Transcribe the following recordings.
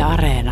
Areena.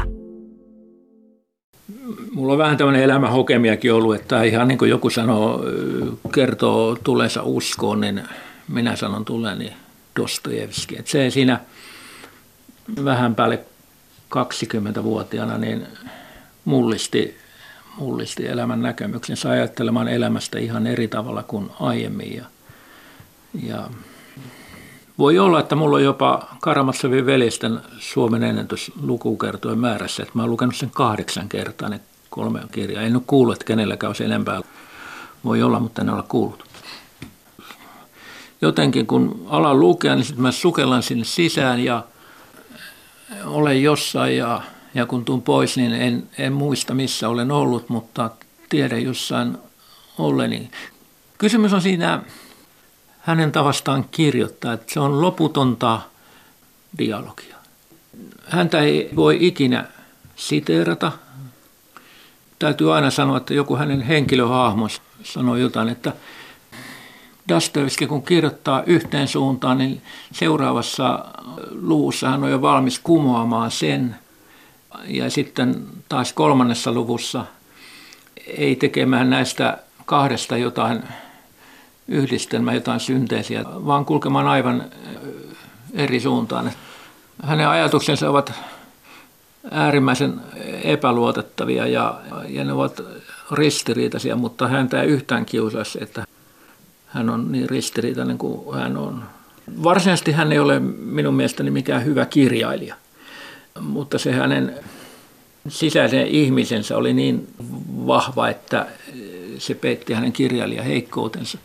Mulla on vähän tämmöinen elämänhokemiakin ollut, että ihan niin kuin joku sanoo, kertoo tulensa uskoon, niin minä sanon tuleni Dostojevski. Että se siinä vähän päälle 20-vuotiaana niin mullisti elämän näkemyksensä ajattelemaan elämästä ihan eri tavalla kuin aiemmin. Ja voi olla, että mulla on jopa Karamatsovin veljesten Suomen ennätys lukukertojen määrässä, että mä oon lukenut sen 8 kertaa, ne 3 kirjaa. En ole kuullut, että kenelläkään olisi enempää. Voi olla, mutta en ole kuullut. Jotenkin kun alan lukea, niin sitten mä sukellan sinne sisään ja olen jossain ja kun tuun pois, niin en muista missä olen ollut, mutta tiedän jossain olleni. Kysymys on siinä hänen tavastaan kirjoittaa, että se on loputonta dialogia. Häntä ei voi ikinä siteerata. Täytyy aina sanoa, että joku hänen henkilöhahmos sanoo jotain, että Dostojevski kun kirjoittaa yhteen suuntaan, niin seuraavassa luvussa hän on jo valmis kumoamaan sen. Ja sitten taas 3. luvussa ei tekemään näistä 2 jotain yhdistelmää, jotain synteesiä, vaan kulkemaan aivan eri suuntaan. Hänen ajatuksensa ovat äärimmäisen epäluotettavia ja ne ovat ristiriitaisia, mutta häntä ei yhtään kiusaisi, että hän on niin ristiriitainen kuin hän on. Varsinaisesti hän ei ole minun mielestäni mikään hyvä kirjailija, mutta se hänen sisäisen ihmisensä oli niin vahva, että se peitti hänen kirjailijaheikkoutensa.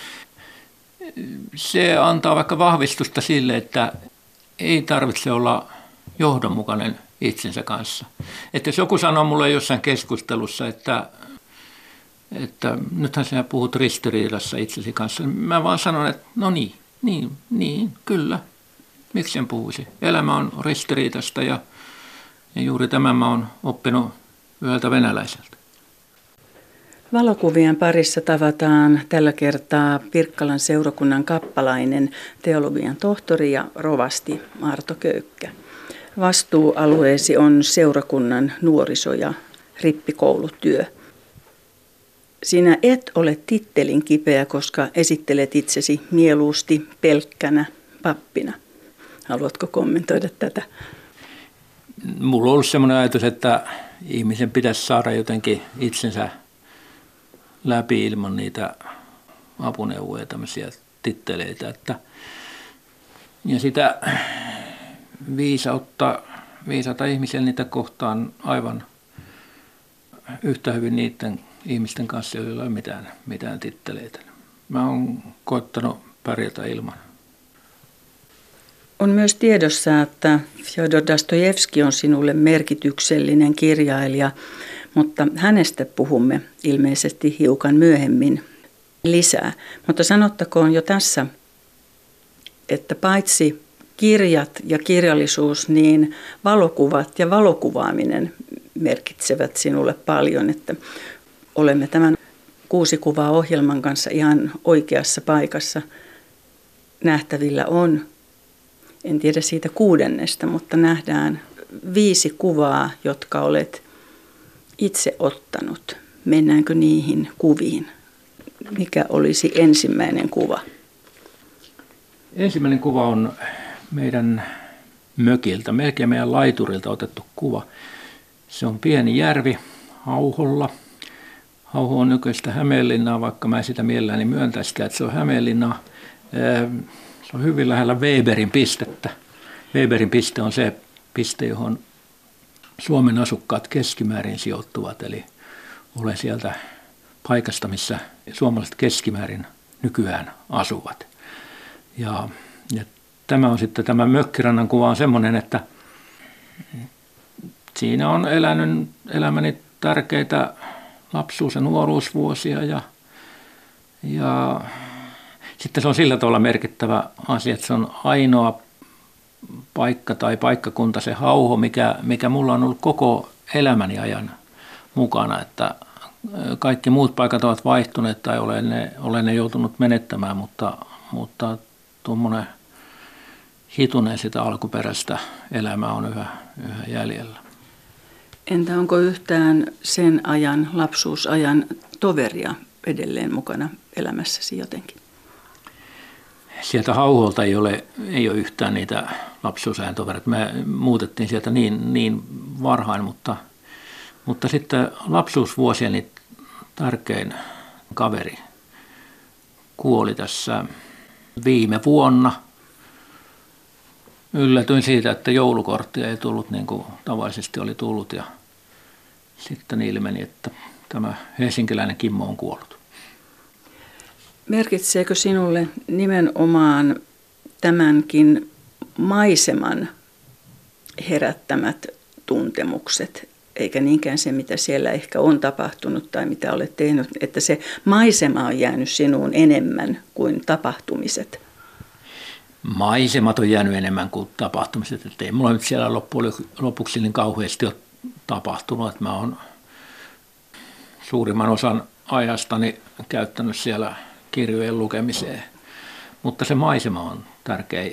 Se antaa vaikka vahvistusta sille, että ei tarvitse olla johdonmukainen itsensä kanssa. Että jos joku sanoo mulle jossain keskustelussa, että nythän sinä puhut ristiriidassa itsesi kanssa, niin mä vaan sanon, että no niin, kyllä. Miksi en puhuisi? Elämä on ristiriitasta ja juuri tämän mä oon oppinut yhdeltä venäläiseltä. Valokuvien parissa tavataan tällä kertaa Pirkkalan seurakunnan kappalainen, teologian tohtori ja rovasti Arto Köykkä. Vastuualueesi on seurakunnan nuoriso- ja rippikoulutyö. Sinä et ole tittelin kipeä, koska esittelet itsesi mieluusti pelkkänä pappina. Haluatko kommentoida tätä? Mulla on ollut sellainen ajatus, että ihmisen pitäisi saada jotenkin itsensä läpi ilman niitä apuneuvoja, tämmöisiä titteleitä. Ja sitä viisautta ihmisiä niitä kohtaan aivan yhtä hyvin niiden ihmisten kanssa, joilla ei ole mitään titteleitä. Mä oon koettanut pärjätä ilman. On myös tiedossa, että Fjodor Dostojevski on sinulle merkityksellinen kirjailija, mutta hänestä puhumme ilmeisesti hiukan myöhemmin lisää. Mutta sanottakoon jo tässä, että paitsi kirjat ja kirjallisuus, niin valokuvat ja valokuvaaminen merkitsevät sinulle paljon, että olemme tämän 6 kuvaa ohjelman kanssa ihan oikeassa paikassa. Nähtävillä on, en tiedä siitä 6, mutta nähdään 5 kuvaa, jotka olet itse ottanut. Mennäänkö niihin kuviin? Mikä olisi ensimmäinen kuva? Ensimmäinen kuva on meidän mökiltä, melkein meidän laiturilta otettu kuva. Se on pieni järvi Hauholla. Hauho on nykyistä Hämeenlinnaa, vaikka mä sitä mielelläni myöntäisikään, että se on Hämeenlinnaa. Se on hyvin lähellä Weberin pistettä. Weberin piste on se piste, johon Suomen asukkaat keskimäärin sijoittuvat, eli olen sieltä paikasta, missä suomalaiset keskimäärin nykyään asuvat. Ja tämä on sitten, tämä mökkirannan kuva on semmoinen, että siinä on elänyt elämäni tärkeitä lapsuus- ja nuoruusvuosia ja sitten se on sillä tavalla merkittävä asia, että se on ainoa paikka tai paikkakunta, se Hauho, mikä mulla on ollut koko elämäni ajan mukana, että kaikki muut paikat ovat vaihtuneet tai olen ne joutunut menettämään, mutta tuommoinen hitunen sitä alkuperäistä elämää on yhä jäljellä. Entä onko yhtään sen ajan, lapsuusajan toveria edelleen mukana elämässäsi jotenkin? Sieltä Hauholta ei ole yhtään niitä lapsuusajan tovereita. Me muutettiin sieltä niin varhain, mutta sitten lapsuusvuosieni tärkein kaveri kuoli tässä viime vuonna. Yllätyin siitä, että joulukorttia ei tullut niin kuin tavallisesti oli tullut ja sitten ilmeni, että tämä helsinkiläinen Kimmo on kuollut. Merkitseekö sinulle nimenomaan tämänkin maiseman herättämät tuntemukset, eikä niinkään se, mitä siellä ehkä on tapahtunut tai mitä olet tehnyt, että se maisema on jäänyt sinuun enemmän kuin tapahtumiset? Maisemat on jäänyt enemmän kuin tapahtumiset, että ei mulla nyt siellä lopuksi niin kauheasti ole tapahtunut, että mä oon suurimman osan ajastani käyttänyt siellä kirjojen lukemiseen, mutta se maisema on tärkeä.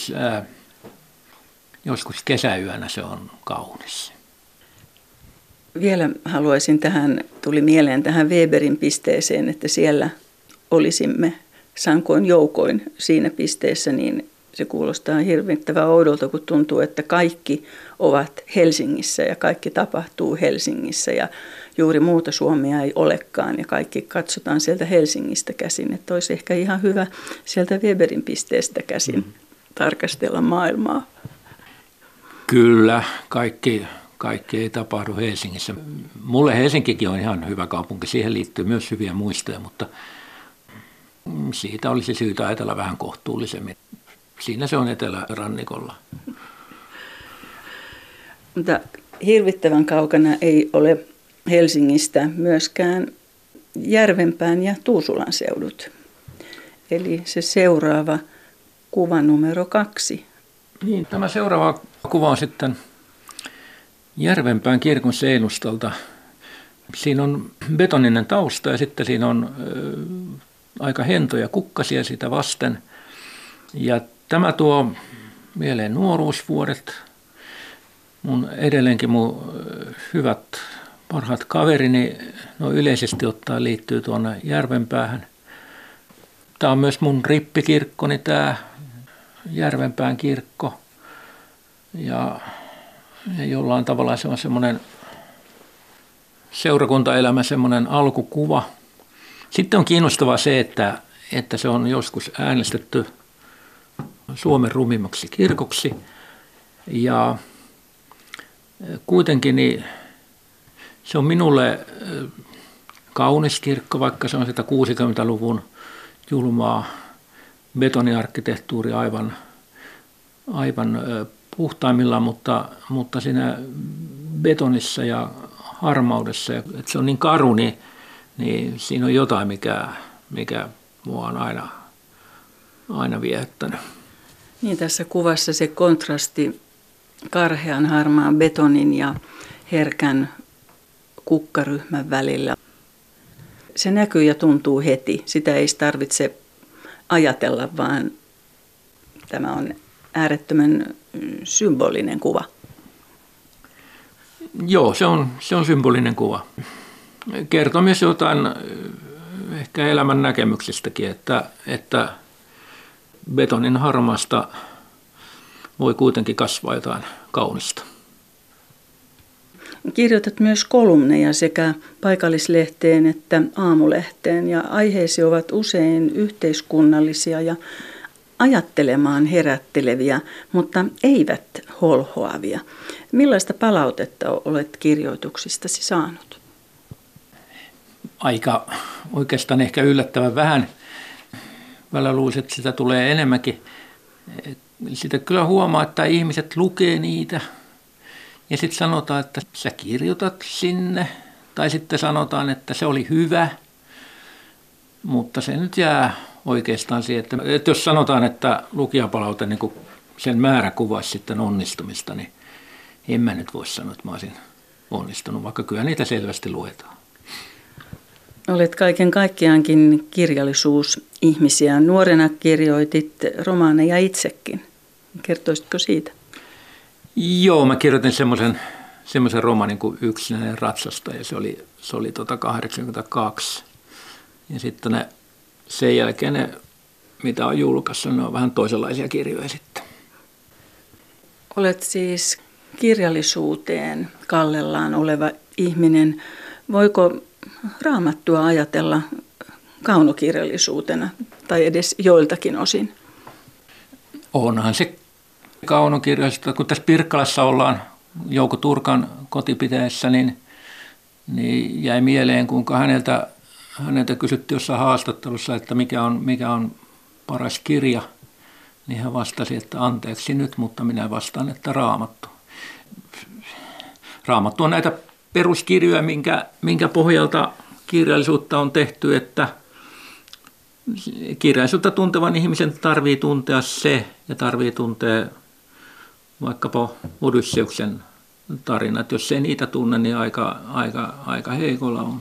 Joskus kesäyönä se on kaunis. Vielä haluaisin tuli mieleen tähän Weberin pisteeseen, että siellä olisimme sankoin joukoin siinä pisteessä, niin se kuulostaa hirvittävän oudolta, kun tuntuu, että kaikki ovat Helsingissä ja kaikki tapahtuu Helsingissä ja juuri muuta Suomea ei olekaan ja kaikki katsotaan sieltä Helsingistä käsin. Että olisi ehkä ihan hyvä sieltä Weberin pisteestä käsin tarkastella maailmaa. Kyllä, kaikki ei tapahdu Helsingissä. Mulle Helsinkikin on ihan hyvä kaupunki, siihen liittyy myös hyviä muistoja, mutta siitä olisi syytä ajatella vähän kohtuullisemmin. Siinä se on etelärannikolla. Mutta hirvittävän kaukana ei ole Helsingistä myöskään Järvenpään ja Tuusulan seudut. Eli se seuraava kuva numero 2. Niin, tämä seuraava kuva on sitten Järvenpään kirkon seinustolta. Siinä on betoninen tausta ja sitten siinä on aika hentoja kukkasia sitä vasten. Ja tämä tuo mieleen nuoruusvuodet. Edelleenkin mun hyvät parhaat kaverini yleisesti ottaen liittyy tuonne Järvenpäähän. Tämä on myös mun rippikirkkoni, tämä Järvenpään kirkko. Ja jollain tavalla se on semmoinen seurakuntaelämä, semmoinen alkukuva. Sitten on kiinnostavaa se, että se on joskus äänestetty Suomen rumimmaksi kirkoksi. Ja kuitenkin niin se on minulle kaunis kirkko, vaikka se on sitä 60-luvun julmaa betoniarkkitehtuuri aivan puhtaimmillaan, mutta siinä betonissa ja harmaudessa, että se on niin karu, niin siinä on jotain, mikä mua on aina viehättänyt. Niin, tässä kuvassa se kontrasti karhean harmaan betonin ja herkän kukkaryhmän välillä. Se näkyy ja tuntuu heti. Sitä ei tarvitse ajatella, vaan tämä on äärettömän symbolinen kuva. Joo, se on symbolinen kuva. Kertoo myös jotain ehkä elämän näkemyksestäkin, että betonin harmaasta voi kuitenkin kasvaa jotain kaunista. Kirjoitat myös kolumneja sekä paikallislehteen että aamulehteen ja aiheesi ovat usein yhteiskunnallisia ja ajattelemaan herätteleviä, mutta eivät holhoavia. Millaista palautetta olet kirjoituksistasi saanut? Aika oikeastaan ehkä yllättävän vähän. Välillä luulisin, että sitä tulee enemmänkin. Sitä kyllä huomaa, että ihmiset lukee niitä ja sitten sanotaan, että sä kirjoitat sinne. Tai sitten sanotaan, että se oli hyvä, mutta se nyt jää oikeastaan siihen, että jos sanotaan, että lukijapalaute niin kuin sen määrä kuvaisi sitten onnistumista, niin en mä nyt voi sanoa, että mä olisin onnistunut, vaikka kyllä niitä selvästi luetaan. Olet kaiken kaikkiaankin kirjallisuusihmisiä. Nuorena kirjoitit romaaneja itsekin. Kertoisitko siitä? Joo, mä kirjoitin semmoisen romanin kuin Yksinäinen ratsastaja. Se oli 82. Ja sitten sen jälkeen ne, mitä on julkaissut, ne on vähän toisenlaisia kirjoja sitten. Olet siis kirjallisuuteen kallellaan oleva ihminen. Voiko Raamattua ajatella kaunokirjallisuutena tai edes joiltakin osin? Onhan se kaunokirjallisuutta. Kun tässä Pirkkalassa ollaan Jouko Turkan kotipitäessä, niin jäi mieleen, kuinka häneltä kysyttiin jossain haastattelussa, että mikä on paras kirja. Niin hän vastasi, että anteeksi nyt, mutta minä vastaan, että Raamattu. Raamattu on näitä peruskirjoja, minkä pohjalta kirjallisuutta on tehty, että kirjallisuutta tuntevan ihmisen tarvii tuntea se ja tarvii tuntea vaikkapa Odysseuksen tarinat. Jos ei niitä tunne, niin aika heikolla on.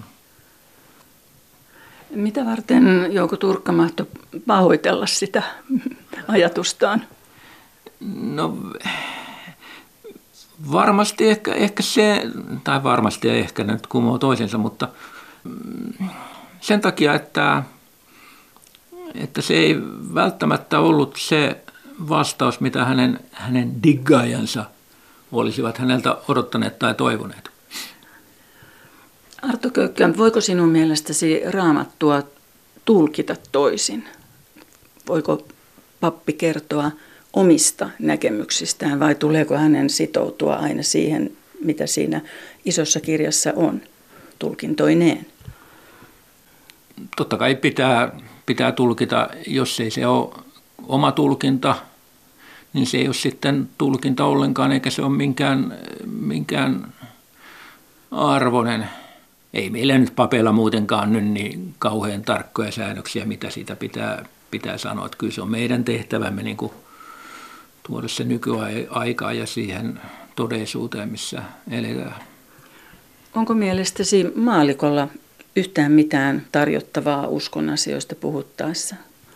Mitä varten Jouko Turkka mahtoi pahoitella sitä ajatustaan? No varmasti ehkä se, tai varmasti ja ehkä nyt kumoo toisensa, mutta sen takia, että se ei välttämättä ollut se vastaus, mitä hänen diggaajansa olisivat häneltä odottaneet tai toivoneet. Arto Köykkö, voiko sinun mielestäsi Raamattua tulkita toisin? Voiko pappi kertoa omista näkemyksistään vai tuleeko hänen sitoutua aina siihen, mitä siinä isossa kirjassa on tulkintoineen? Totta kai pitää tulkita, jos ei se ole oma tulkinta, niin se ei ole sitten tulkinta ollenkaan, eikä se ole minkään arvoinen. Ei meillä nyt papeilla muutenkaan nyt niin kauhean tarkkoja säännöksiä, mitä siitä pitää sanoa. Että kyllä se on meidän tehtävämme niin kuin tuoda se nykyaikaa ja siihen todellisuuteen, missä eletään. Onko mielestäsi maallikolla yhtään mitään tarjottavaa uskon asioista puhuttaessa?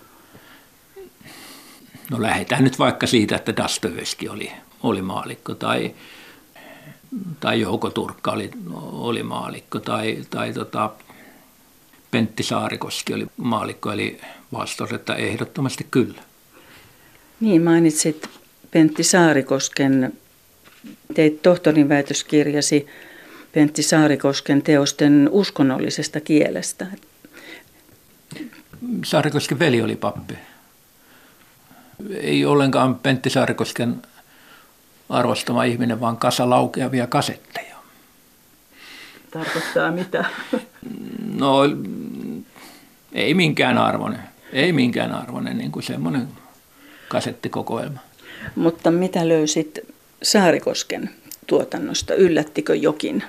No lähdetään nyt vaikka siitä, että Dostojevski oli maallikko tai Jouko Turkka oli maallikko tai Pentti Saarikoski oli maallikko, eli vastaus, että ehdottomasti kyllä. Niin, mainitsit Pentti Saarikosken, teit tohtorin väitöskirjasi Pentti Saarikosken teosten uskonnollisesta kielestä. Saarikosken veli oli pappi. Ei ollenkaan Pentti Saarikosken arvostama ihminen, vaan kasa laukeavia kasetteja. Tarkoittaa mitä? No ei minkään arvoinen. Ei minkään arvoinen, niin kuin semmoinen kasettikokoelma. Mutta mitä löysit Saarikosken tuotannosta? Yllättikö jokin?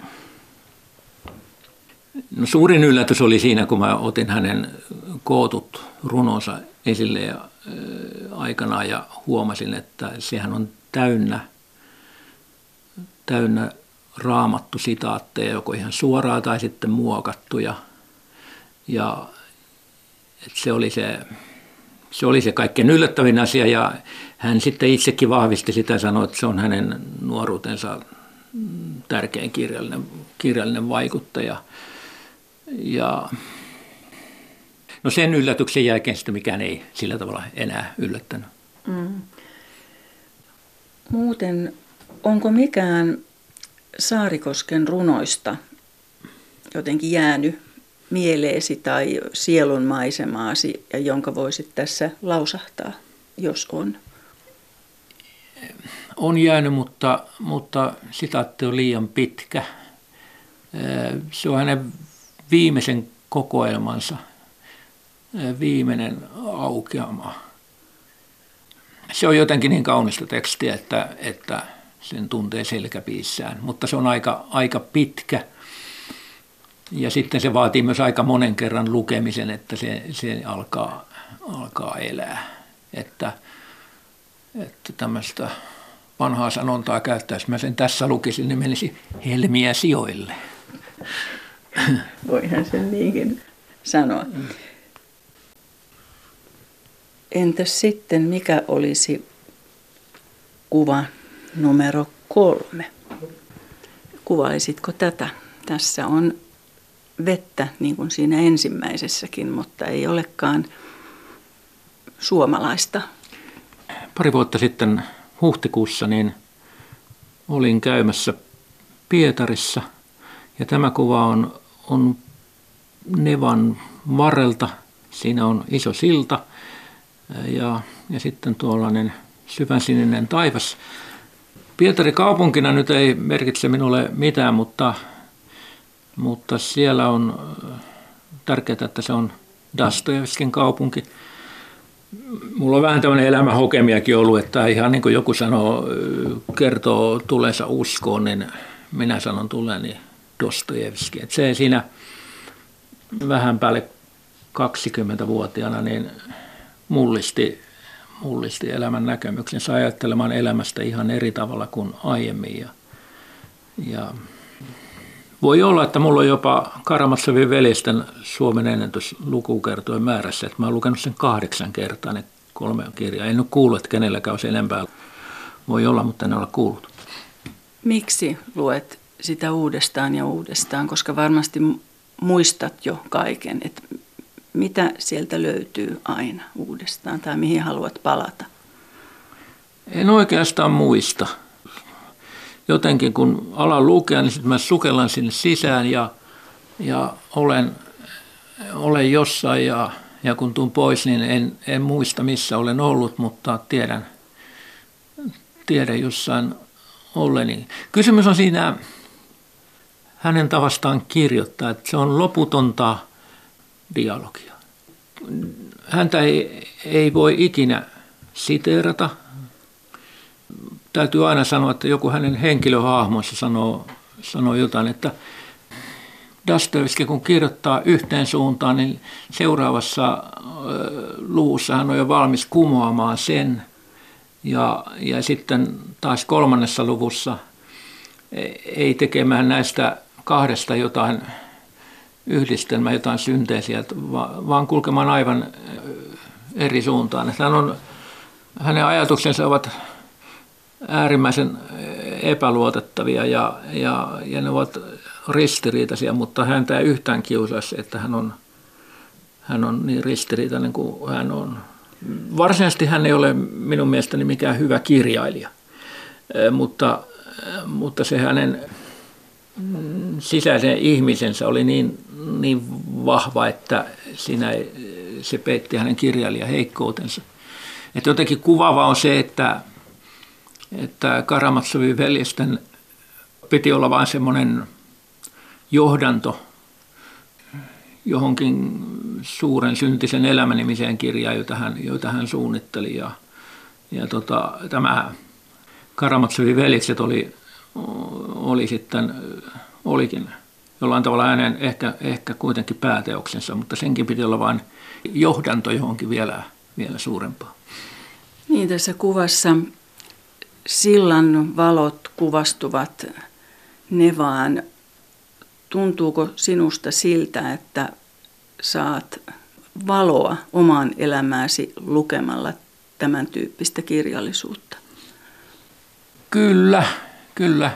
No suurin yllätys oli siinä, kun mä otin hänen kootut runonsa esille ja aikanaan ja huomasin, että sehän on täynnä raamattu sitaatteja, joko ihan suoraa tai sitten muokattuja. Ja se oli se kaikkein yllättävin asia ja hän sitten itsekin vahvisti sitä, sanoi, että se on hänen nuoruutensa tärkein kirjallinen vaikuttaja. Ja no sen yllätyksen jälkeen sitten mikään ei sillä tavalla enää yllättänyt. Muuten, onko mikään Saarikosken runoista jotenkin jäänyt mieleesi tai sielunmaisemaasi, ja jonka voisit tässä lausahtaa, jos on? On jäänyt, mutta sitaatti on liian pitkä. Se on hänen viimeisen kokoelmansa, viimeinen aukeama. Se on jotenkin niin kaunista tekstiä, että sen tuntee selkäpiissään, mutta se on aika pitkä. Ja sitten se vaatii myös aika monen kerran lukemisen, että se alkaa elää. Että tämmöistä vanhaa sanontaa käyttäisi, mä sen tässä lukisin, niin menisi helmiä sijoille. Voihan sen niinkin sanoa. Entäs sitten, mikä olisi kuva numero 3? Kuvaisitko tätä? Tässä on vettä niin kuin siinä ensimmäisessäkin, mutta ei olekaan suomalaista. Pari vuotta sitten huhtikuussa niin olin käymässä Pietarissa ja tämä kuva on Nevan varrelta. Siinä on iso silta ja sitten tuollainen syvänsininen taivas. Pietari kaupunkina nyt ei merkitse minulle mitään, mutta siellä on tärkeää, että se on Dostojevskin kaupunki. Mulla on vähän tämmöinen elämähokemiakin ollut, että ihan niin kuin joku sanoo, kertoo tulensa uskoon, niin minä sanon tuleni Dostojevski. Että se siinä vähän päälle 20-vuotiaana niin mullisti elämän näkemyksen. Sai ajattelemaan elämästä ihan eri tavalla kuin aiemmin. Ja voi olla, että mulla on jopa Karamatsovin veljesten Suomen ennätys lukukertojen määrässä, että mä oon lukenut sen 8 kertaa, ne 3 kirjaa. En ole kuullut, että kenelläkään olisi enempää. Voi olla, mutta en ole kuullut. Miksi luet sitä uudestaan ja uudestaan, koska varmasti muistat jo kaiken, että mitä sieltä löytyy aina uudestaan tai mihin haluat palata? En oikeastaan muista. Jotenkin kun alan lukea, niin sitten mä sukellan sinne sisään ja olen jossain ja kun tuun pois, niin en muista missä olen ollut, mutta tiedän jossain olleni. Kysymys on siinä hänen tavastaan kirjoittaa, että se on loputonta dialogia. Häntä ei voi ikinä siteerata. Täytyy aina sanoa, että joku hänen henkilöhahmonsa sanoo jotain, että Dostojevski kun kirjoittaa yhteen suuntaan, niin seuraavassa luvussa hän on jo valmis kumoamaan sen. Ja sitten taas 3. luvussa ei tekemään näistä 2 jotain yhdistelmää, jotain synteesiä, vaan kulkemaan aivan eri suuntaan. Että hänen ajatuksensa ovat äärimmäisen epäluotettavia ja ne ovat ristiriitaisia, mutta häntä ei yhtään kiusaisi, että hän on niin ristiriitainen kuin hän on. Varsinaisesti hän ei ole minun mielestäni mikään hyvä kirjailija, mutta se hänen sisäisen ihmisensä oli niin vahva, että se peitti hänen kirjailijaheikkoutensa. Että jotenkin kuvaava on se, että Karamatsovin veljesten piti olla vain semmoinen johdanto johonkin suuren syntisen elämänimiseen kirjaan, jota hän suunnitteli. Tämä Karamatsovin veljekset olikin jollain tavalla hänen ehkä kuitenkin pääteoksensa, mutta senkin piti olla vain johdanto johonkin vielä suurempaa. Niin, tässä kuvassa sillan valot kuvastuvat Nevaan. Tuntuuko sinusta siltä, että saat valoa omaan elämääsi lukemalla tämän tyyppistä kirjallisuutta? Kyllä.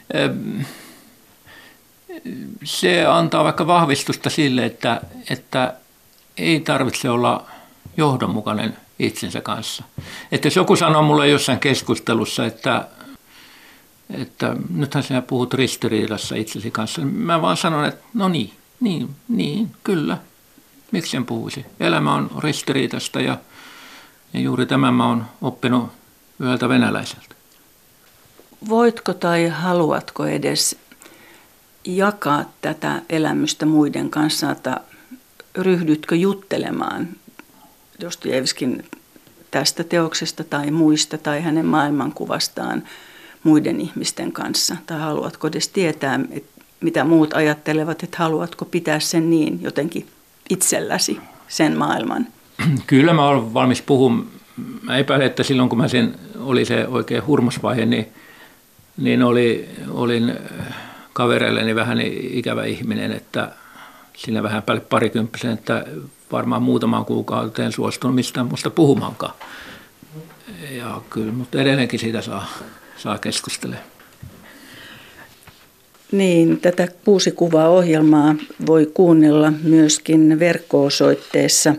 Se antaa vaikka vahvistusta sille, että ei tarvitse olla johdonmukainen itsensä kanssa. Että jos joku sanoo mulle jossain keskustelussa, että nythän sinä puhut ristiriidassa itsesi kanssa, niin mä vaan sanon, että no niin, kyllä. Miksi en puhuisi? Elämä on ristiriidasta ja juuri tämän mä oon oppinut yhdeltä venäläiseltä. Voitko tai haluatko edes jakaa tätä elämystä muiden kanssa, että ryhdytkö juttelemaan Dostojevskin tästä teoksesta tai muista tai hänen maailmankuvastaan muiden ihmisten kanssa? Tai haluatko edes tietää, mitä muut ajattelevat, että haluatko pitää sen niin jotenkin itselläsi, sen maailman? Kyllä mä olen valmis puhumaan. Mä epäilen, että silloin kun oli se oikein hurmosvaihe, niin olin kavereilleni vähän ikävä ihminen, että siinä vähän päälle parikymppisen, että varmaan muutamaan kuukauteen suostunut mistään musta puhumaankaan. Ja kyllä, mutta edelleenkin siitä saa keskustella. Niin, tätä 6 kuvaa ohjelmaa voi kuunnella myöskin verkko-osoitteessa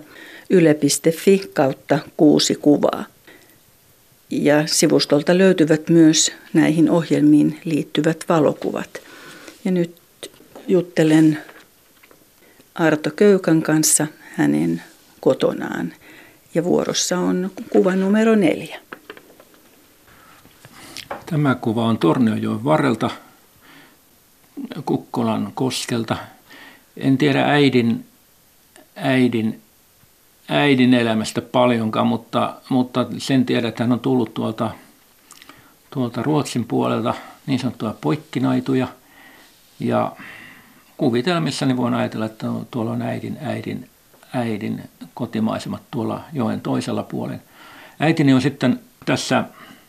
yle.fi/6 kuvaa. Ja sivustolta löytyvät myös näihin ohjelmiin liittyvät valokuvat. Ja nyt juttelen Arto Köykän kanssa hänen kotonaan. Ja vuorossa on kuva numero 4. Tämä kuva on Tornionjoen varrelta, Kukkolan koskelta. En tiedä äidin elämästä paljonkaan, mutta sen tiedän, että hän on tullut tuolta Ruotsin puolelta niin sanottuja poikkinaituja. Ja kuvitelmissani voin ajatella, että tuolla on äidin kotimaisemat tuolla joen toisella puolen. Äitini on sitten tässä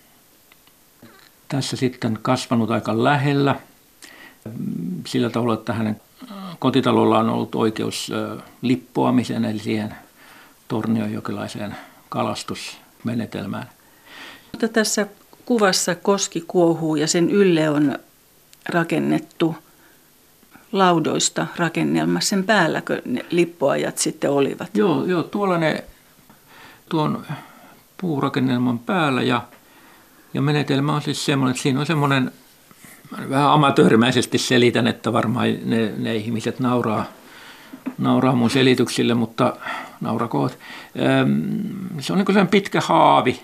sitten kasvanut aika lähellä sillä tavalla, että hänen kotitalolla on ollut oikeus lippoamiseen, eli siihen tornionjokelaiseen kalastusmenetelmään. Mutta tässä kuvassa koski kuohuu ja sen ylle on rakennettu laudoista rakennelma. Sen päälläkö ne lippoajat sitten olivat? Joo, tuolla ne tuon puurakennelman päällä ja menetelmä on siis semmoinen, että siinä on semmoinen, vähän amatöörimäisesti selitän, että varmaan ne ihmiset nauraa mun selityksille, mutta naurakoot. Se on niin kuin sellainen pitkä haavi,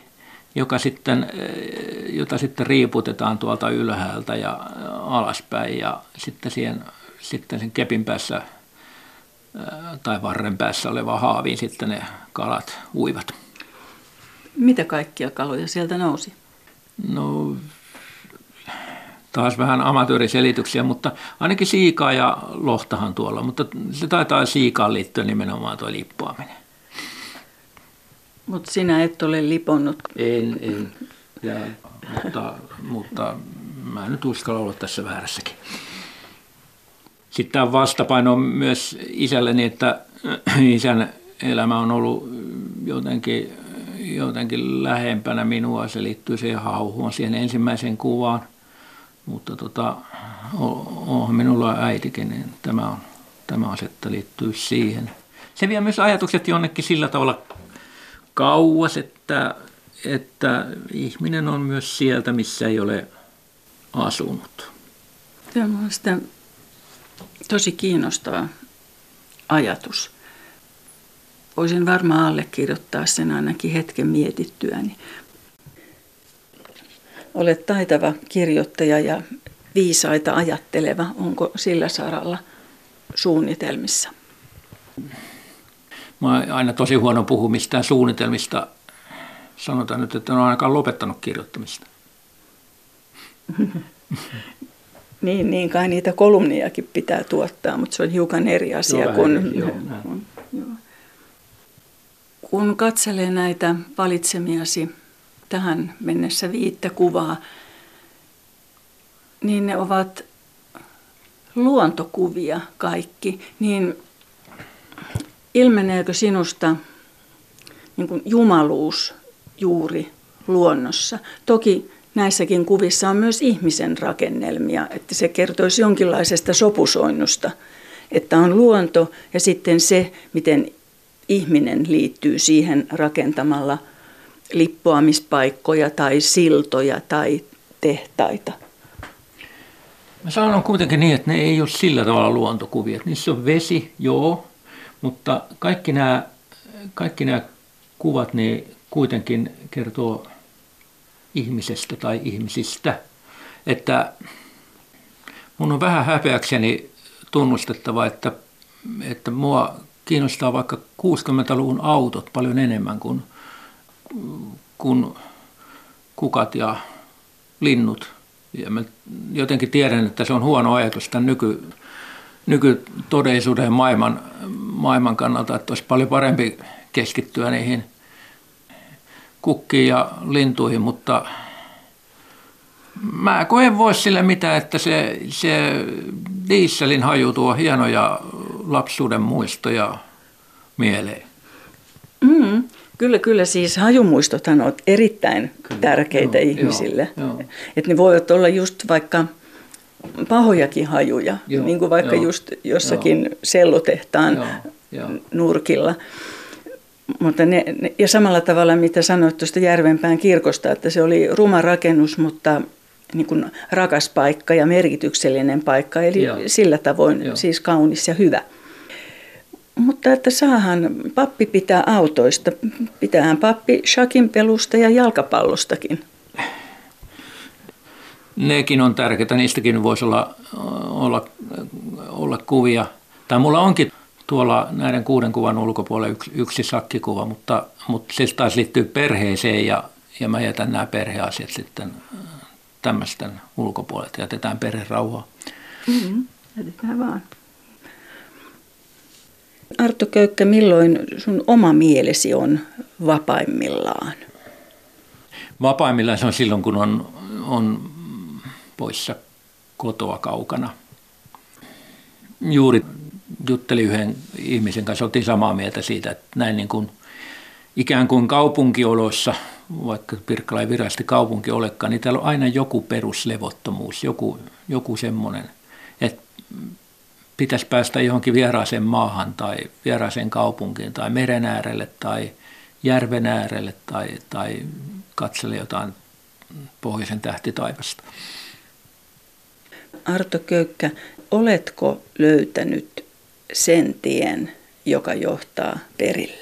jota sitten riiputetaan tuolta ylhäältä ja alaspäin ja sitten sen kepin päässä tai varren päässä oleva haaviin sitten ne kalat uivat. Mitä kaikkia kaloja sieltä nousi? No, taas vähän amatööriselityksiä, mutta ainakin siikaa ja lohtahan tuolla, mutta se taitaa siikaan liittyä nimenomaan tuo lippoaminen. Mutta sinä et ole liponnut. En. Mutta mä en nyt uskalla olla tässä väärässäkin. Sitten tämä vastapaino on myös isälleni, että isän elämä on ollut jotenkin lähempänä minua. Se liittyy siihen hauhuun, siihen ensimmäiseen kuvaan. Mutta onhan minulla äitikin, niin tämä on se, että liittyy siihen. Se vie myös ajatukset jonnekin sillä tavalla kauas, että ihminen on myös sieltä, missä ei ole asunut. Tämä on mielestäni tosi kiinnostava ajatus. Voisin varmaan allekirjoittaa sen ainakin hetken mietittyäni. Olet taitava kirjoittaja ja viisaita ajatteleva. Onko sillä saralla suunnitelmissa? Mä oon aina tosi huono puhua mistään suunnitelmista. Sanotaan nyt, että en ole ainakaan lopettanut kirjoittamista. Niin kai niitä kolumniakin pitää tuottaa, mutta se on hiukan eri asia. Kun katselee näitä valitsemiasi tähän mennessä 5 kuvaa, niin ne ovat luontokuvia kaikki, niin ilmeneekö sinusta niin kuin jumaluus juuri luonnossa? Toki näissäkin kuvissa on myös ihmisen rakennelmia, että se kertoisi jonkinlaisesta sopusoinnusta, että on luonto ja sitten se, miten ihminen liittyy siihen rakentamalla lippoamispaikkoja tai siltoja tai tehtaita. Mä sanon kuitenkin niin, että ne ei ole sillä tavalla luontokuvia. Että niissä on vesi, joo, mutta kaikki nämä kuvat ne kuitenkin kertoo ihmisestä tai ihmisistä. Että mun on vähän häpeäkseni tunnustettava, että mua kiinnostaa vaikka 60-luvun autot paljon enemmän kuin kukat ja linnut. Ja mä jotenkin tiedän, että se on huono ajatus tämän nykytodellisuuden ja maailman kannalta, että olisi paljon parempi keskittyä niihin kukkiin ja lintuihin, mutta mä en voi sille mitään, että se dieselin haju tuo hienoja lapsuuden muistoja mieleen. Kyllä siis hajumuistothan ovat erittäin tärkeitä ihmisille. Että ne voivat olla just vaikka pahojakin hajuja, Joo, niin kuin vaikka joo, just jossakin sellutehtaan joo. nurkilla. Mutta ja samalla tavalla, mitä sanoit tuosta Järvenpään kirkosta, että se oli ruma rakennus, mutta niin kuin rakas paikka ja merkityksellinen paikka, eli sillä tavoin siis kaunis ja hyvä. Mutta että saahan pappi pitää autoista, pitäähän pappi shakinpelusta ja jalkapallostakin. Nekin on tärkeitä, niistäkin voisi olla kuvia. Tai mulla onkin tuolla näiden 6 kuvan ulkopuolella yksi shakkikuva, mutta se taas liittyy perheeseen ja mä jätän nämä perheasiat sitten tämmöisten ulkopuolelle. Jätetään perherauhaa. Jätetään vaan. Arto Köykkä, milloin sun oma mielesi on vapaimmillaan? Vapaimmillaan se on silloin, kun on poissa kotoa kaukana. Juuri juttelin yhden ihmisen kanssa, oltiin samaa mieltä siitä, että näin niin kuin ikään kuin kaupunkioloissa, vaikka Pirkkala ei virallisesti kaupunki olekaan, niin täällä on aina joku peruslevottomuus, joku semmoinen, että pitäisi päästä johonkin vieraaseen maahan tai vieraaseen kaupunkiin tai meren äärelle tai järven äärelle tai katsella jotain pohjoisen tähtitaivasta. Arto Köykkä, oletko löytänyt sen tien, joka johtaa perille?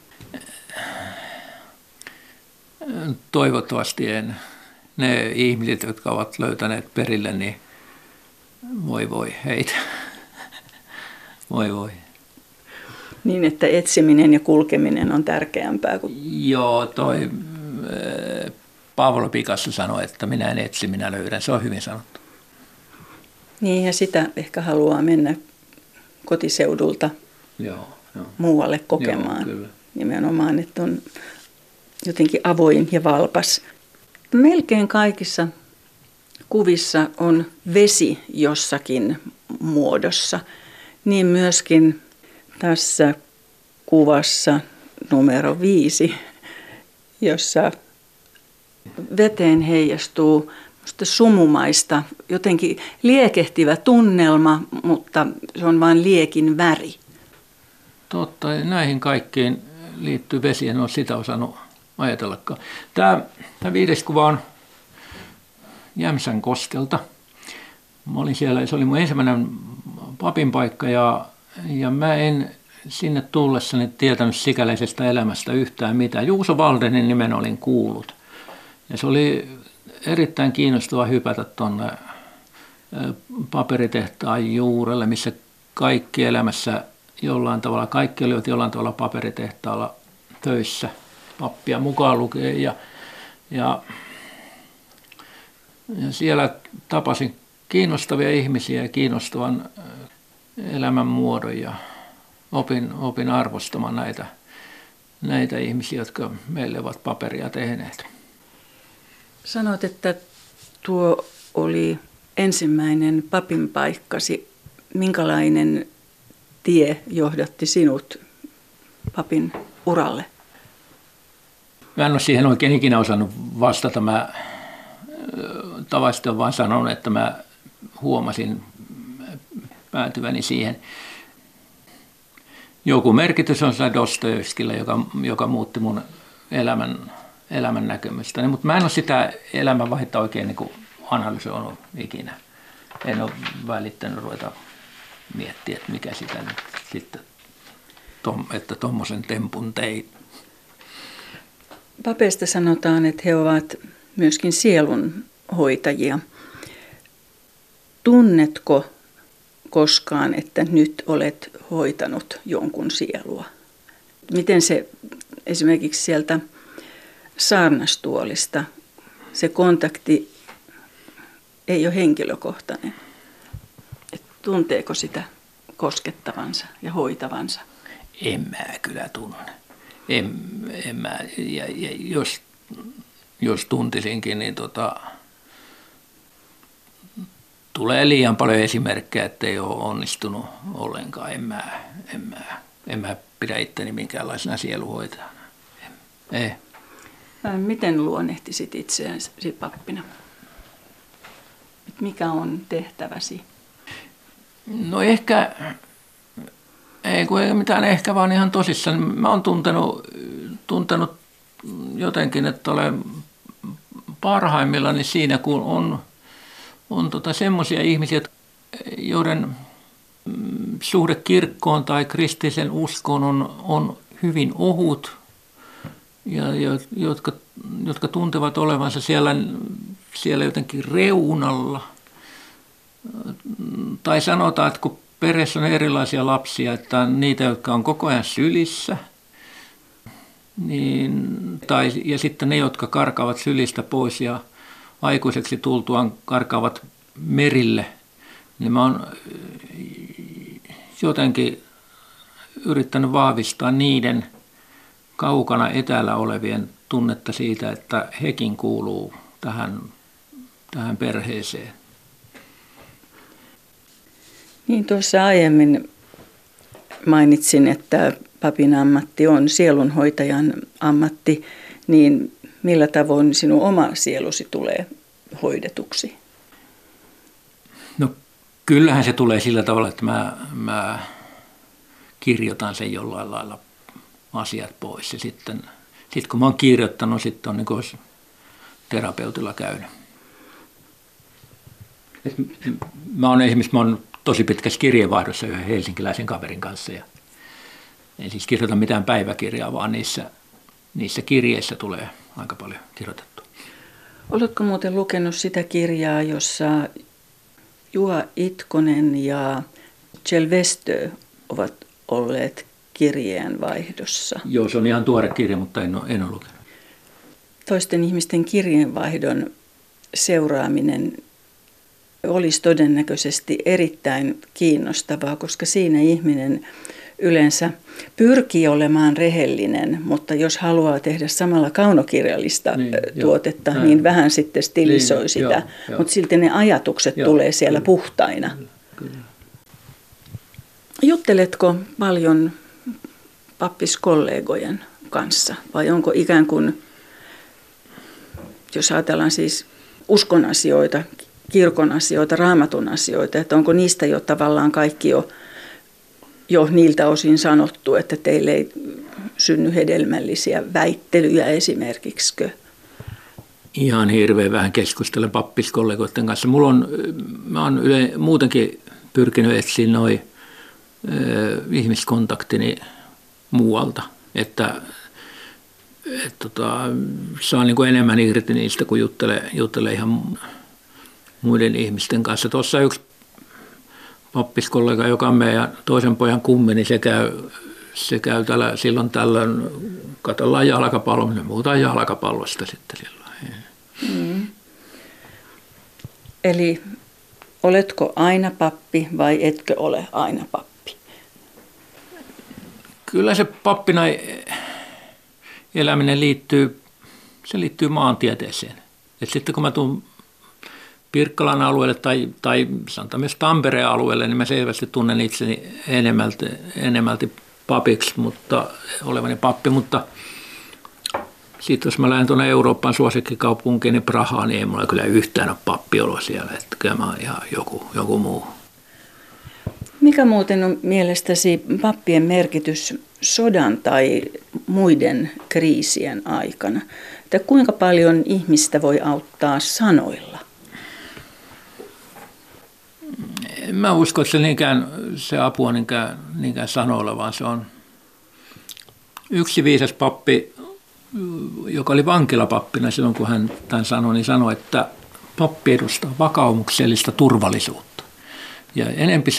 Toivottavasti en. Ne ihmiset, jotka ovat löytäneet perille, niin voi heitä. Voi. Niin, että etsiminen ja kulkeminen on tärkeämpää kuin... Joo, toi Pablo Picasso sanoi, että minä en etsi, minä löydän. Se on hyvin sanottu. Niin, ja sitä ehkä haluaa mennä kotiseudulta muualle kokemaan. Joo, kyllä. Nimenomaan, että on jotenkin avoin ja valpas. Melkein kaikissa kuvissa on vesi jossakin muodossa. Niin myöskin tässä kuvassa numero 5, jossa veteen heijastuu sumumaista, jotenkin liekehtivä tunnelma, mutta se on vain liekin väri. Totta, näihin kaikkiin liittyy vesi, en ole sitä osannut ajatellakaan. Tämä 5. kuva on Jämsän koskelta. Mä olin siellä, se oli mun ensimmäinen papin paikka ja mä en sinne tullessani tietänyt sikäläisestä elämästä yhtään mitään. Juuso Valdenin nimen olin kuullut. Ja se oli erittäin kiinnostava hypätä tuonne paperitehtaan juurelle, missä kaikki elämässä jollain tavalla, kaikki olivat jollain tavalla paperitehtaalla töissä, pappia mukaan lukee. Ja siellä tapasin kiinnostavia ihmisiä ja kiinnostavan elämänmuodon ja opin arvostamaan näitä ihmisiä, jotka meille ovat paperia tehneet. Sanoit, että tuo oli ensimmäinen papin paikkasi. Minkälainen tie johdatti sinut papin uralle? Mä en ole siihen oikein ikinä osannut vastata. Mä tavallisesti olen vain sanonut, että mä huomasin päätyväni siihen. Joku merkitys on sillä Dostojevskilla, joka muutti mun elämän näkemystäni, mutta mä en ole sitä elämänvaihetta oikein niin kuin analysoinut ikinä. En ole välittänyt ruveta miettiä, että mikä sitä nyt sitten, että tommosen tempun tei. Papeista sanotaan, että he ovat myöskin sielun hoitajia. Tunnetko koskaan, että nyt olet hoitanut jonkun sielua? Miten se esimerkiksi sieltä saarnastuolista, se kontakti ei ole henkilökohtainen? Et tunteeko sitä koskettavansa ja hoitavansa? En mä kyllä tunne. En mä, ja jos tuntisinkin, niin tulee liian paljon esimerkkejä, että ei ole onnistunut ollenkaan. En mä pidä itteni minkäänlaisena sieluhoitajana. Ei. Miten luonnehtisit itseäsi pappina? Mikä on tehtäväsi? No ehkä, ei mitään ehkä, vaan ihan tosissaan. Mä oon tuntenut jotenkin, että olen parhaimmillani siinä, kun on semmoisia ihmisiä, joiden suhde kirkkoon tai kristillisen uskoon on hyvin ohut ja jotka tuntevat olevansa siellä jotenkin reunalla. Tai sanotaan, että kun perheessä on erilaisia lapsia, että niitä, jotka on koko ajan sylissä, ja sitten ne, jotka karkaavat sylistä pois ja aikuiseksi tultuaan karkaavat merille, niin mä oon jotenkin yrittänyt vahvistaa niiden kaukana etäällä olevien tunnetta siitä, että hekin kuuluu tähän perheeseen. Niin tuossa aiemmin mainitsin, että papin ammatti on sielunhoitajan ammatti, niin millä tavoin sinun oma sielusi tulee hoidetuksi? No kyllähän se tulee sillä tavalla, että mä kirjoitan sen jollain lailla asiat pois. Ja sitten kun mä oon kirjoittanut, sitten on niin kuin terapeutilla käynyt. Mä oon tosi pitkässä kirjeenvaihdossa yhden helsinkiläisen kaverin kanssa. Ja en siis kirjoita mitään päiväkirjaa, vaan niissä kirjeissä tulee aika paljon kirjoitettua. Oletko muuten lukenut sitä kirjaa, jossa Juha Itkonen ja Kjell Westö ovat olleet kirjeenvaihdossa? Joo, se on ihan tuore kirja, mutta en ole lukenut. Toisten ihmisten kirjeenvaihdon seuraaminen olisi todennäköisesti erittäin kiinnostavaa, koska siinä ihminen yleensä pyrkii olemaan rehellinen, mutta jos haluaa tehdä samalla kaunokirjallista tuotetta, niin vähän sitten stilisoi sitä, mutta silti ne ajatukset tulee siellä puhtaina. Kyllä. Jutteletko paljon pappiskollegojen kanssa vai onko ikään kuin, jos ajatellaan siis uskon asioita, kirkon asioita, raamatun asioita, että onko niistä jo tavallaan kaikki jo niiltä osin sanottu, että teille ei synny hedelmällisiä väittelyjä esimerkiksi? Ihan hirveän vähän keskustella pappiskollegoiden kanssa. Mä oon muutenkin pyrkinyt etsiä ihmiskontaktini muualta, että saa niin kuin enemmän irti niistä, kun juttelee ihan muiden ihmisten kanssa. Tuossa yksi pappiskollega, joka on meidän toisen pojan kummi, niin se käy silloin tällöin, katsellaan jalkapalloa, me muutaan jalkapallosta sitten silloin. Eli oletko aina pappi vai etkö ole aina pappi? Kyllä se pappina eläminen liittyy maantieteeseen. Et sitten kun mä tuun Pirkkalan alueelle tai sanotaan myös Tampereen alueelle, niin mä selvästi tunnen itseni enemmälti papiksi, olevani pappi, mutta sitten jos mä lähden tuonne Euroopan suosikkikaupunkiin, niin Prahaan, niin ei mulla kyllä yhtään ole pappiolo siellä, että kyllä mä oon ihan joku muu. Mikä muuten on mielestäsi pappien merkitys sodan tai muiden kriisien aikana? Että kuinka paljon ihmistä voi auttaa sanoilla? En mä usko, että se apu on niinkään sanoilla, vaan se on yksi viisas pappi, joka oli vankilapappina silloin, kun hän tämän sanoi, että pappi edustaa vakaumuksellista turvallisuutta. Ja enempi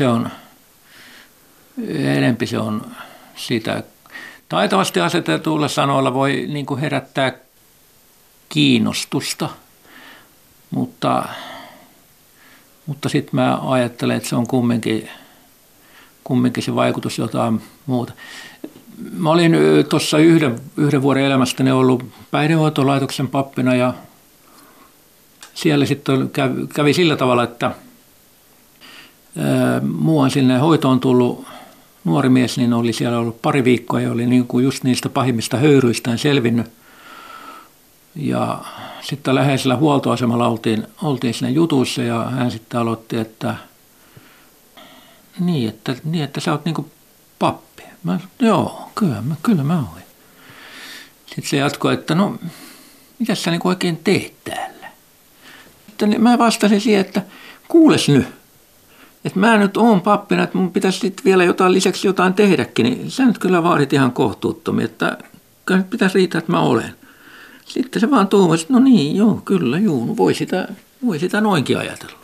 se on sitä. Taitavasti asetetuilla sanoilla voi niin kuin herättää kiinnostusta, mutta sitten mä ajattelen, että se on kumminkin se vaikutus jotain muuta. Mä olin tuossa yhden vuoden elämästäni ollut päihdehoitolaitoksen pappina ja siellä sitten kävi sillä tavalla, että muuan sinne hoitoon tullut nuori mies, niin oli siellä ollut pari viikkoa ja oli niin kuin just niistä pahimmista höyryistään selvinnyt. Ja sitten läheisellä huoltoasemalla oltiin siinä jutussa ja hän sitten aloitti, että että sä oot niinku pappi. Mä sanoin, joo, kyllä mä oon. Sitten se jatkoi, että no, mitä sä niinku oikein teet täällä? Sitten mä vastasin siihen, että kuules nyt, että mä nyt oon pappina, että mun pitäisi sitten vielä lisäksi jotain tehdäkin, niin sä nyt kyllä vaadit ihan kohtuuttomia, että kyllä nyt pitäisi riittää, että mä olen. Sitten se vaan tuumasi, että no niin, joo, kyllä, no voi sitä noinkin ajatella.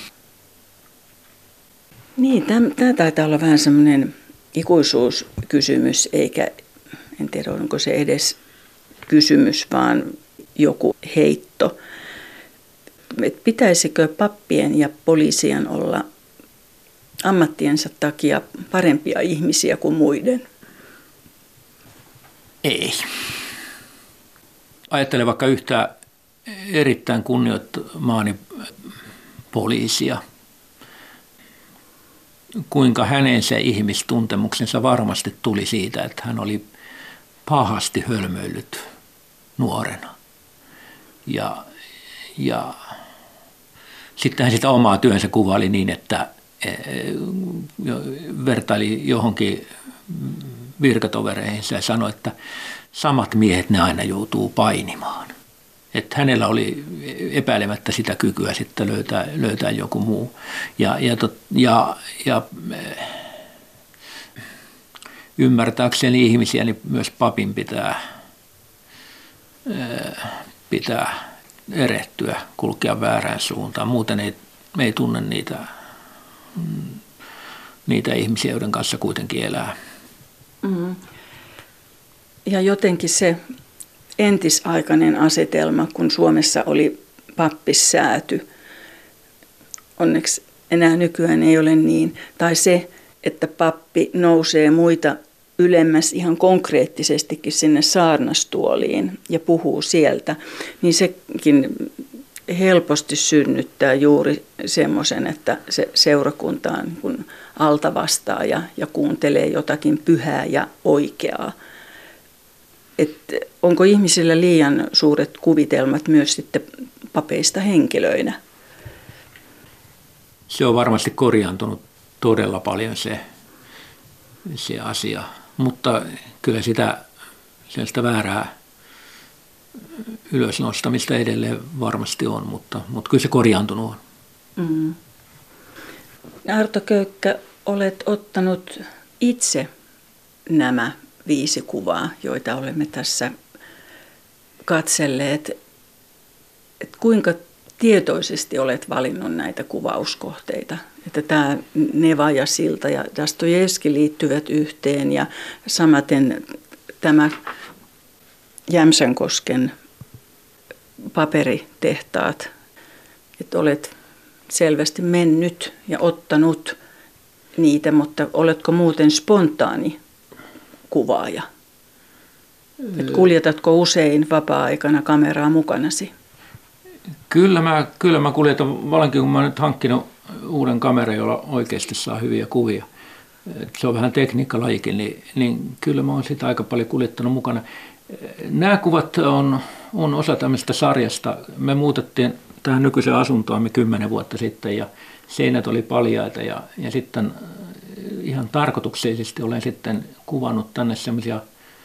Niin, tämä taitaa olla vähän semmoinen ikuisuuskysymys, en tiedä onko se edes kysymys, vaan joku heitto. Et pitäisikö pappien ja poliisien olla ammattiensa takia parempia ihmisiä kuin muiden? Ei. Ajattelen vaikka yhtä erittäin kunnioittamaani poliisia. Kuinka hänen se ihmistuntemuksensa varmasti tuli siitä, että hän oli pahasti hölmöillyt nuorena. Ja sitten hän sitä omaa työnsä kuvaili niin, että vertaili johonkin virkatovereihinsa ja sanoi, että samat miehet ne aina joutuu painimaan. Että hänellä oli epäilemättä sitä kykyä sitten löytää joku muu. Ja ymmärtääkseni ihmisiä, niin myös papin pitää erehtyä, kulkea väärään suuntaan. Muuten ei tunne niitä ihmisiä, joiden kanssa kuitenkin elää. Mm. Ja jotenkin se entisaikainen asetelma, kun Suomessa oli pappissääty, onneksi enää nykyään ei ole niin, tai se, että pappi nousee muita ylemmäs ihan konkreettisestikin sinne saarnastuoliin ja puhuu sieltä, niin sekin helposti synnyttää juuri semmoisen, että se seurakunta on kun alta vastaa ja kuuntelee jotakin pyhää ja oikeaa. Että onko ihmisillä liian suuret kuvitelmat myös sitten papeista henkilöinä? Se on varmasti korjaantunut todella paljon se asia, mutta kyllä sitä väärää ylösnostamista edelleen varmasti on, mutta kyllä se korjaantunut on. Mm. Arto Köykkä, olet ottanut itse nämä 5 kuvaa, joita olemme tässä katselleet. Et kuinka tietoisesti olet valinnut näitä kuvauskohteita? Että tämä Neva ja Silta ja Dostojevski liittyvät yhteen ja samaten tämä Jämsänkosken paperitehtaat. Että olet selvästi mennyt ja ottanut niitä, mutta oletko muuten spontaani kuvaaja? Et kuljetatko usein vapaa-aikana kameraa mukanasi? Kyllä mä kuljetan, vallankin kun mä oon nyt hankkinut uuden kameran, jolla oikeasti saa hyviä kuvia. Se on vähän tekniikkalajikin, niin kyllä mä oon sitä aika paljon kuljettanut mukana. Nämä kuvat on osa tämmöistä sarjasta. Me muutettiin tähän nykyiseen asuntoamme 10 vuotta sitten ja seinät oli paljaita ja sitten ihan tarkoituksellisesti olen sitten kuvannut tänne semmoisia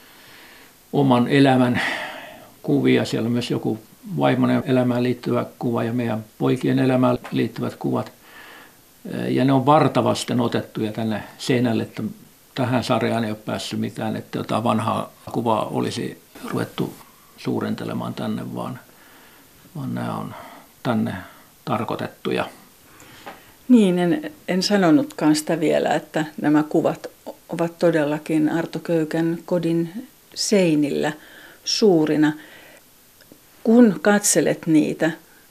oman elämän kuvia. Siellä on myös joku vaimon elämään liittyvä kuva ja meidän poikien elämään liittyvät kuvat. Ja ne on vartavasten otettuja tänne seinälle, että tähän sarjaan ei ole päässyt mitään, että jotain vanhaa kuvaa olisi ruvettu suurentelemaan tänne, vaan nämä on tänne tarkoitettuja. Niin, en sanonutkaan sitä vielä, että nämä kuvat ovat todellakin Arto Köykän kodin seinillä suurina. Kun katselet niitä,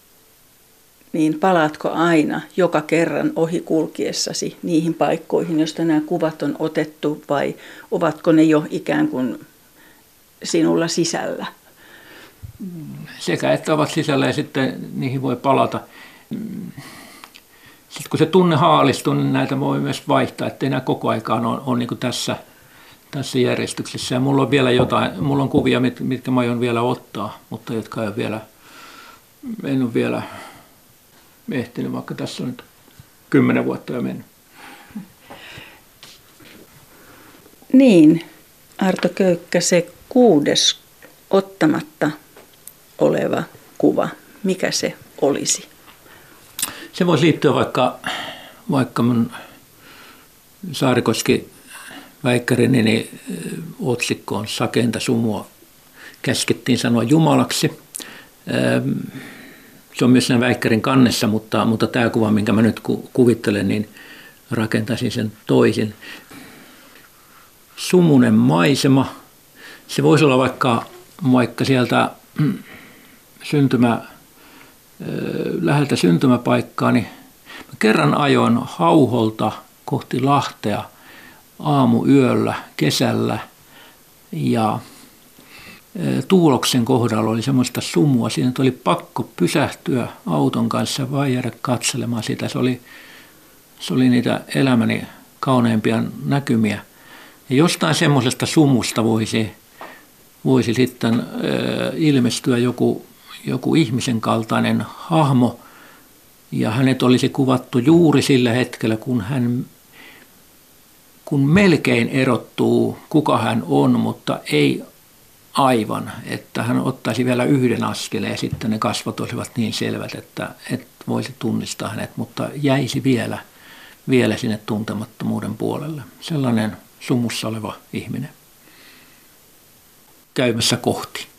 niin palaatko aina joka kerran ohi kulkiessasi niihin paikkoihin, joista nämä kuvat on otettu, vai ovatko ne jo ikään kuin sinulla sisällä? Sekä että ovat sisällä ja sitten niihin voi palata. Sitten kun se tunne haalistuu, niin näitä voi myös vaihtaa, ettei nämä koko aikaan ole niin kuin tässä järjestyksessä. Ja mulla on vielä jotain, mulla on kuvia, mitkä mä aion vielä ottaa, mutta jotka en ole vielä ehtinyt, vaikka tässä on nyt 10 vuotta jo mennyt. Niin, Arto Köykkä, se 6. ottamatta oleva kuva, mikä se olisi? Se voisi liittyä vaikka mun Saarikoski-väikkärini otsikkoon Sakeinta sumua käskettiin sanoa Jumalaksi. Se on myös siinä väikkärin kannessa, mutta tämä kuva, minkä mä nyt kuvittelen, niin rakentaisin sen toisin. Sumunen maisema. Se voisi olla vaikka sieltä läheltä syntymäpaikkaani. Mä kerran ajoin Hauholta kohti Lahtea aamuyöllä kesällä ja Tuuloksen kohdalla oli semmoista sumua. Siinä oli pakko pysähtyä auton kanssa vai jäädä katselemaan sitä. Se oli niitä elämäni kauneimpia näkymiä. Ja jostain semmoisesta sumusta voisi sitten ilmestyä joku ihmisen kaltainen hahmo, ja hänet olisi kuvattu juuri sillä hetkellä, kun melkein erottuu, kuka hän on, mutta ei aivan, että hän ottaisi vielä yhden askeleen ja sitten ne kasvot olisivat niin selvät, että voisi tunnistaa hänet, mutta jäisi vielä sinne tuntemattomuuden puolelle. Sellainen sumussa oleva ihminen käymässä kohti.